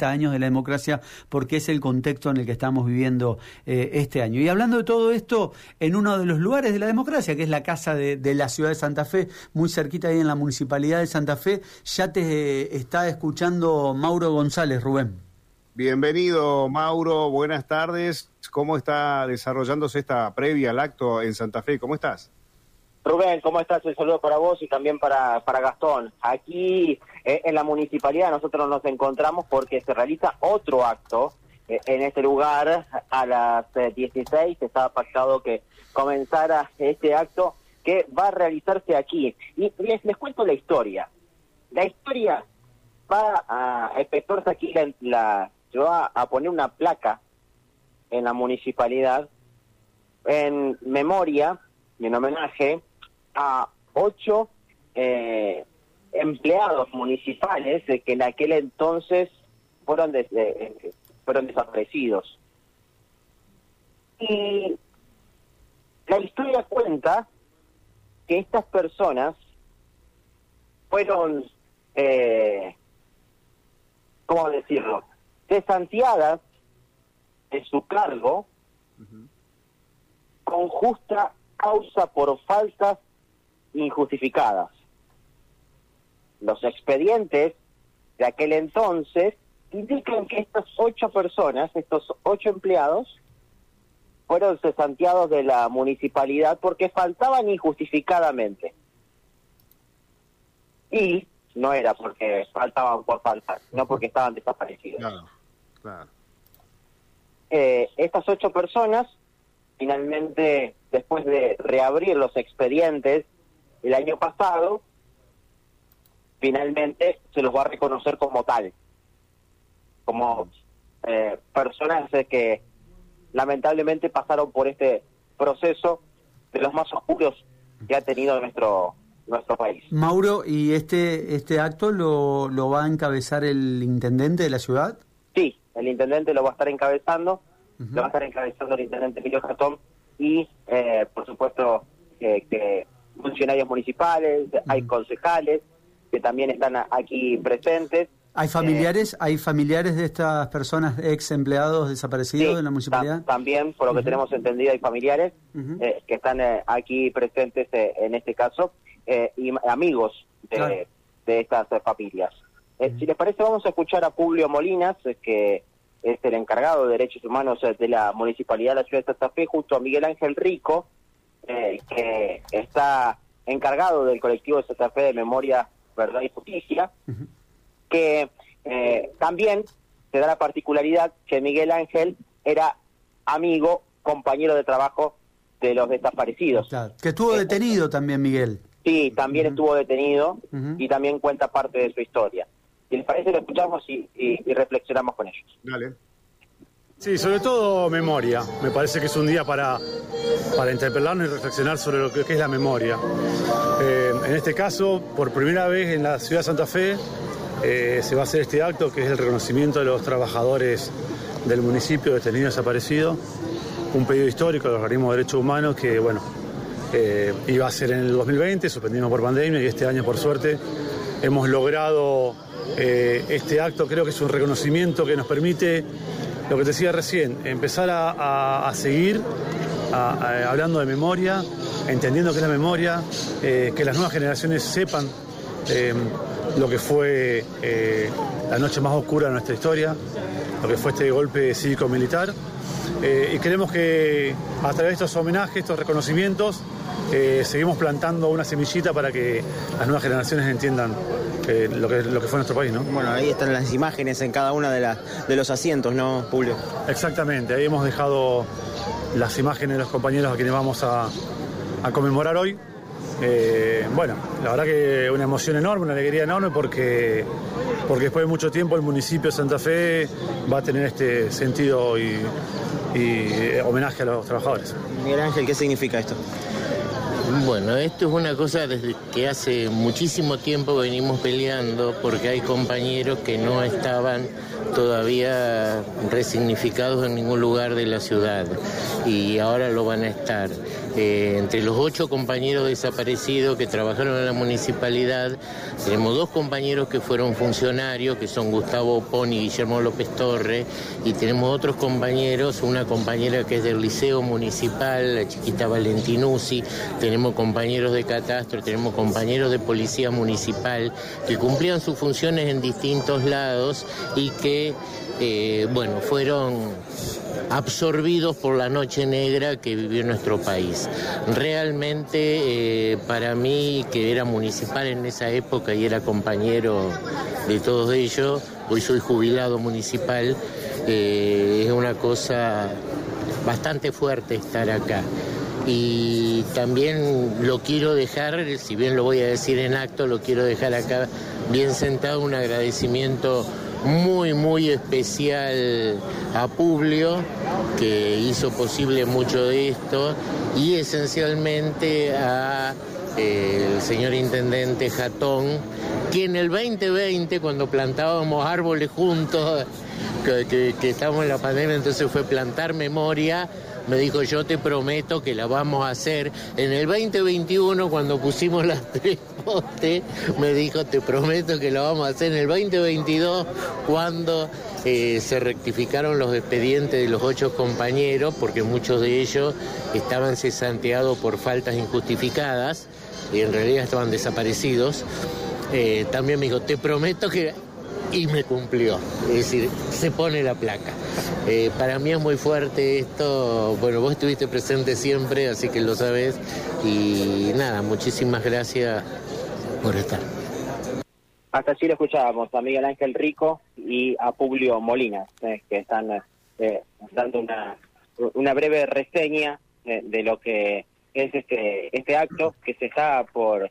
50 años de la democracia, porque es el contexto en el que estamos viviendo este año. Y hablando de todo esto, en uno de los lugares de la democracia, que es la Casa de la Ciudad de Santa Fe, muy cerquita ahí en la Municipalidad de Santa Fe, ya te está escuchando Mauro González, Rubén. Bienvenido, Mauro, buenas tardes. ¿Cómo está desarrollándose esta previa al acto en Santa Fe? ¿Cómo estás? Rubén, ¿cómo estás? Un saludo para vos y también para Gastón. Aquí en la municipalidad nosotros nos encontramos porque se realiza otro acto en este lugar a las 16. Estaba pactado que comenzara este acto que va a realizarse aquí. Y les cuento la historia. La historia va a efectuarse aquí, se va a poner una placa en la municipalidad en memoria y en homenaje a 8 empleados municipales que en aquel entonces fueron desaparecidos. Y la historia cuenta que estas personas fueron, ¿cómo decirlo?, cesanteadas de su cargo con justa causa por faltas injustificadas. Los expedientes de aquel entonces indican que estas 8 personas, estos 8 empleados, fueron cesanteados de la municipalidad porque faltaban injustificadamente. Y no era porque faltaban por faltar, sino porque estaban desaparecidos. Claro. Estas 8 personas, finalmente, después de reabrir los expedientes el año pasado, finalmente se los va a reconocer como tal, como personas que lamentablemente pasaron por este proceso de los más oscuros que ha tenido nuestro país. Mauro, ¿y este acto lo va a encabezar el intendente de la ciudad? Sí, el intendente lo va a estar encabezando, lo va a estar encabezando el intendente Emilio Gastón y, por supuesto, que funcionarios municipales, hay concejales que también están aquí presentes. ¿Hay familiares de estas personas, ex empleados desaparecidos de la municipalidad? También, por lo que tenemos entendido, hay familiares que están aquí presentes en este caso, y amigos de estas familias. Si les parece, vamos a escuchar a Publio Molinas, que es el encargado de Derechos Humanos de la Municipalidad de la Ciudad de Santa Fe, junto a Miguel Ángel Rico, que está encargado del colectivo de Santa Fe de Memoria, Verdad y Justicia, que también se da la particularidad que Miguel Ángel era amigo, compañero de trabajo de los desaparecidos. Claro. Que estuvo detenido también, Miguel. Sí, también estuvo detenido y también cuenta parte de su historia. Si les parece, lo escuchamos y reflexionamos con ellos. Dale. Sí, sobre todo memoria. Me parece que es un día para interpelarnos y reflexionar sobre lo que es la memoria. En este caso, por primera vez en la ciudad de Santa Fe, se va a hacer este acto que es el reconocimiento de los trabajadores del municipio detenidos y desaparecidos. Un pedido histórico del organismo de derechos humanos que, bueno, iba a ser en el 2020, suspendimos por pandemia y este año, por suerte, hemos logrado este acto. Creo que es un reconocimiento que nos permite, lo que te decía recién, empezar a seguir hablando de memoria, entendiendo qué es la memoria, que las nuevas generaciones sepan lo que fue la noche más oscura de nuestra historia, lo que fue este golpe cívico-militar. Y creemos que a través de estos homenajes, estos reconocimientos, seguimos plantando una semillita para que las nuevas generaciones entiendan lo que fue nuestro país, ¿no? Bueno, ahí están las imágenes en cada una de los asientos, ¿no, Publio? Exactamente, ahí hemos dejado las imágenes de los compañeros a quienes vamos a conmemorar hoy. Bueno, la verdad que una emoción enorme, una alegría enorme, porque después de mucho tiempo el municipio de Santa Fe va a tener este sentido y homenaje a los trabajadores. Miguel Ángel, ¿qué significa esto? Bueno, esto es una cosa desde que hace muchísimo tiempo venimos peleando, porque hay compañeros que no estaban todavía resignificados en ningún lugar de la ciudad, y ahora lo van a estar. Entre los 8 compañeros desaparecidos que trabajaron en la municipalidad, tenemos 2 compañeros que fueron funcionarios, que son Gustavo Pon y Guillermo López Torre, y tenemos otros compañeros, una compañera que es del Liceo Municipal, la chiquita Valentinuzzi, tenemos compañeros de Catastro, tenemos compañeros de Policía Municipal, que cumplían sus funciones en distintos lados y que, fueron absorbidos por la noche negra que vivió nuestro país. Realmente, para mí, que era municipal en esa época y era compañero de todos ellos, hoy soy jubilado municipal, es una cosa bastante fuerte estar acá. Y también lo quiero dejar, si bien lo voy a decir en acto, lo quiero dejar acá bien sentado, un agradecimiento muy, muy especial a Publio, que hizo posible mucho de esto, y esencialmente a el señor intendente Jatón, que en el 2020, cuando plantábamos árboles juntos, que estábamos en la pandemia, entonces fue plantar memoria, me dijo, yo te prometo que la vamos a hacer. En el 2021, cuando pusimos las 3 postes, me dijo, te prometo que la vamos a hacer. En el 2022, cuando se rectificaron los expedientes de los 8 compañeros, porque muchos de ellos estaban cesanteados por faltas injustificadas, y en realidad estaban desaparecidos, también me dijo, te prometo que... Y me cumplió, es decir, se pone la placa. Para mí es muy fuerte esto, bueno, vos estuviste presente siempre, así que lo sabés, y nada, muchísimas gracias por estar. Hasta allí lo escuchábamos a Miguel Ángel Rico y a Publio Molina, que están dando una breve reseña de lo que es este acto que se está por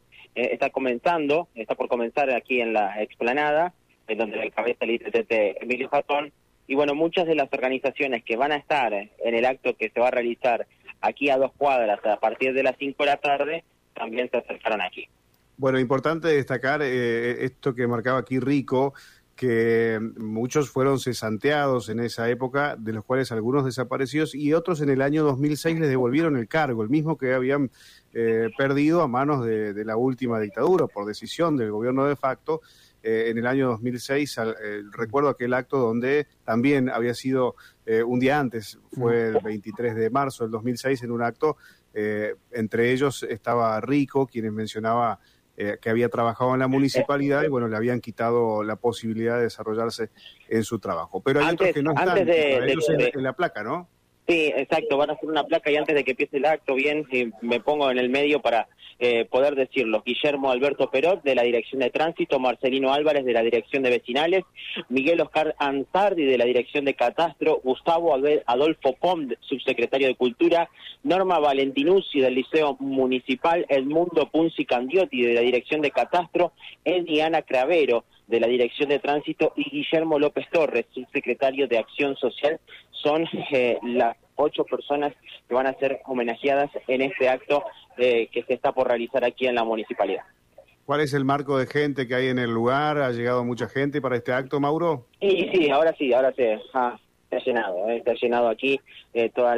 comenzar aquí en la explanada, en donde la encabeza el intendente Emilio Jatón, y bueno, muchas de las organizaciones que van a estar en el acto que se va a realizar aquí a 2 cuadras a partir de las 5 de la tarde, también se acercaron aquí. Bueno, importante destacar esto que marcaba aquí Rico, que muchos fueron cesanteados en esa época, de los cuales algunos desaparecidos, y otros en el año 2006 les devolvieron el cargo, el mismo que habían perdido a manos de la última dictadura, por decisión del gobierno de facto. En el año 2006, recuerdo aquel acto donde también había sido un día antes, fue el 23 de marzo del 2006, en un acto, entre ellos estaba Rico, quien mencionaba que había trabajado en la municipalidad y bueno, le habían quitado la posibilidad de desarrollarse en su trabajo. Pero hay otros que no están, ellos en la placa, ¿no? Sí, exacto, van a hacer una placa y antes de que empiece el acto, bien, si me pongo en el medio para poder decirlo, Guillermo Alberto Perot, de la Dirección de Tránsito, Marcelino Álvarez, de la Dirección de Vecinales, Miguel Oscar Ansardi, de la Dirección de Catastro, Gustavo Adolfo Pom, subsecretario de Cultura, Norma Valentinuzzi, del Liceo Municipal, Edmundo Punzi Candiotti, de la Dirección de Catastro, Ana Cravero, de la Dirección de Tránsito, y Guillermo López Torres, subsecretario de Acción Social. Son las 8 personas que van a ser homenajeadas en este acto que se está por realizar aquí en la municipalidad. ¿Cuál es el marco de gente que hay en el lugar? ¿Ha llegado mucha gente para este acto, Mauro? Sí, ahora se está llenado aquí todas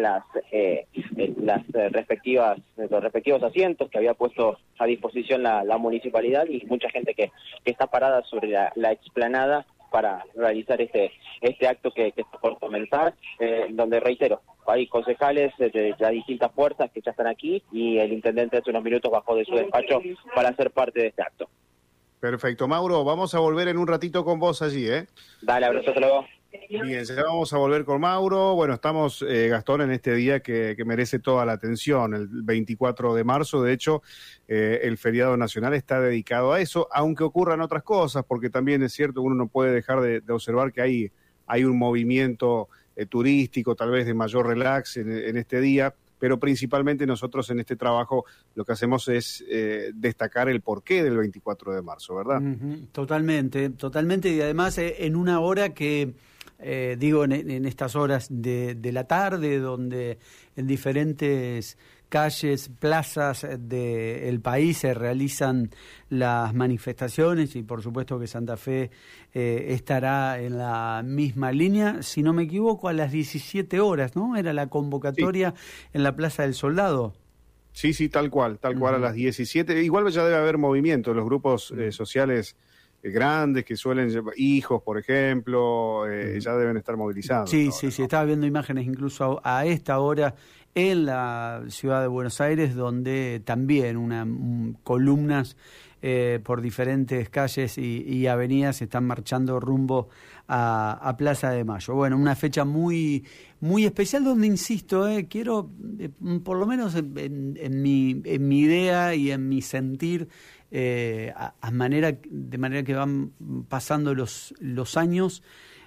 los respectivos asientos que había puesto a disposición la municipalidad, y mucha gente que está parada sobre la explanada para realizar este acto que está por comenzar, donde, reitero, hay concejales de las distintas fuerzas que ya están aquí, y el intendente hace unos minutos bajó de su despacho para ser parte de este acto. Perfecto. Mauro, vamos a volver en un ratito con vos allí, ¿eh? Dale, abrazo, hasta luego. Bien, ya vamos a volver con Mauro. Bueno, estamos, Gastón, en este día que merece toda la atención, el 24 de marzo. De hecho, el feriado nacional está dedicado a eso, aunque ocurran otras cosas, porque también es cierto que uno no puede dejar de observar que hay un movimiento turístico, tal vez de mayor relax en este día, pero principalmente nosotros en este trabajo lo que hacemos es destacar el porqué del 24 de marzo, ¿verdad? Totalmente, y además en una hora que... en estas horas de la tarde, donde en diferentes calles, plazas del país se realizan las manifestaciones, y por supuesto que Santa Fe estará en la misma línea. Si no me equivoco, a las 17 horas, ¿no? Era la convocatoria en la Plaza del Soldado. Sí, tal cual, a las 17. Igual ya debe haber movimiento, los grupos sociales grandes que suelen llevar hijos, por ejemplo, ya deben estar movilizados. Sí, ahora, sí, ¿no? estaba viendo imágenes incluso a esta hora en la ciudad de Buenos Aires, donde también columnas por diferentes calles y avenidas están marchando rumbo a Plaza de Mayo. Bueno, una fecha muy, muy especial donde, insisto, quiero, por lo menos en mi idea y en mi sentir, de manera que van pasando los años,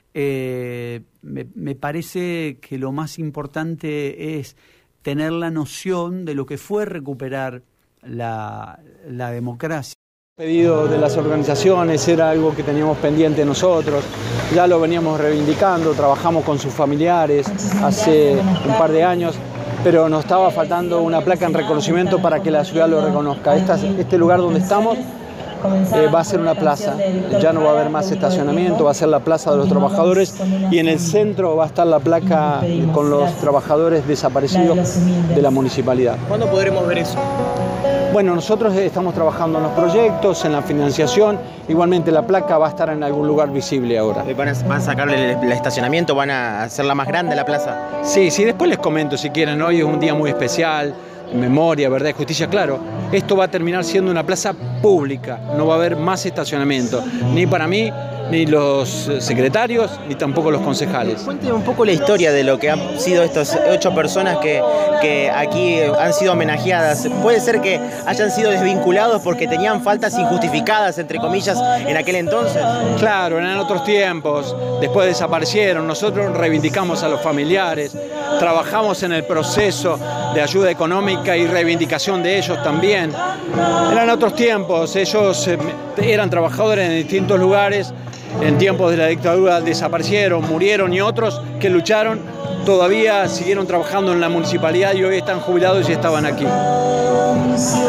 me parece que lo más importante es tener la noción de lo que fue recuperar la democracia. El pedido de las organizaciones era algo que teníamos pendiente nosotros, ya lo veníamos reivindicando, trabajamos con sus familiares hace un par de años, pero nos estaba faltando una placa en reconocimiento para que la ciudad lo reconozca. Este lugar donde estamos va a ser una plaza, ya no va a haber más estacionamiento, va a ser la Plaza de los Trabajadores, y en el centro va a estar la placa con los trabajadores desaparecidos de la municipalidad. ¿Cuándo podremos ver eso? Bueno, nosotros estamos trabajando en los proyectos, en la financiación. Igualmente la placa va a estar en algún lugar visible ahora. ¿Van a sacarle el estacionamiento? ¿Van a hacerla más grande la plaza? Sí, después les comento si quieren. Hoy es un día muy especial, memoria, verdad y justicia. Claro, esto va a terminar siendo una plaza pública. No va a haber más estacionamiento, ni para mí, ni los secretarios, ni tampoco los concejales. Cuénteme un poco la historia de lo que han sido estas 8 personas que aquí han sido homenajeadas. ¿Puede ser que hayan sido desvinculados porque tenían faltas injustificadas, entre comillas, en aquel entonces? Claro, eran otros tiempos, después desaparecieron. Nosotros reivindicamos a los familiares, trabajamos en el proceso de ayuda económica y reivindicación de ellos también. Eran otros tiempos, ellos eran trabajadores en distintos lugares. En tiempos de la dictadura desaparecieron, murieron, y otros que lucharon todavía siguieron trabajando en la municipalidad y hoy están jubilados y estaban aquí.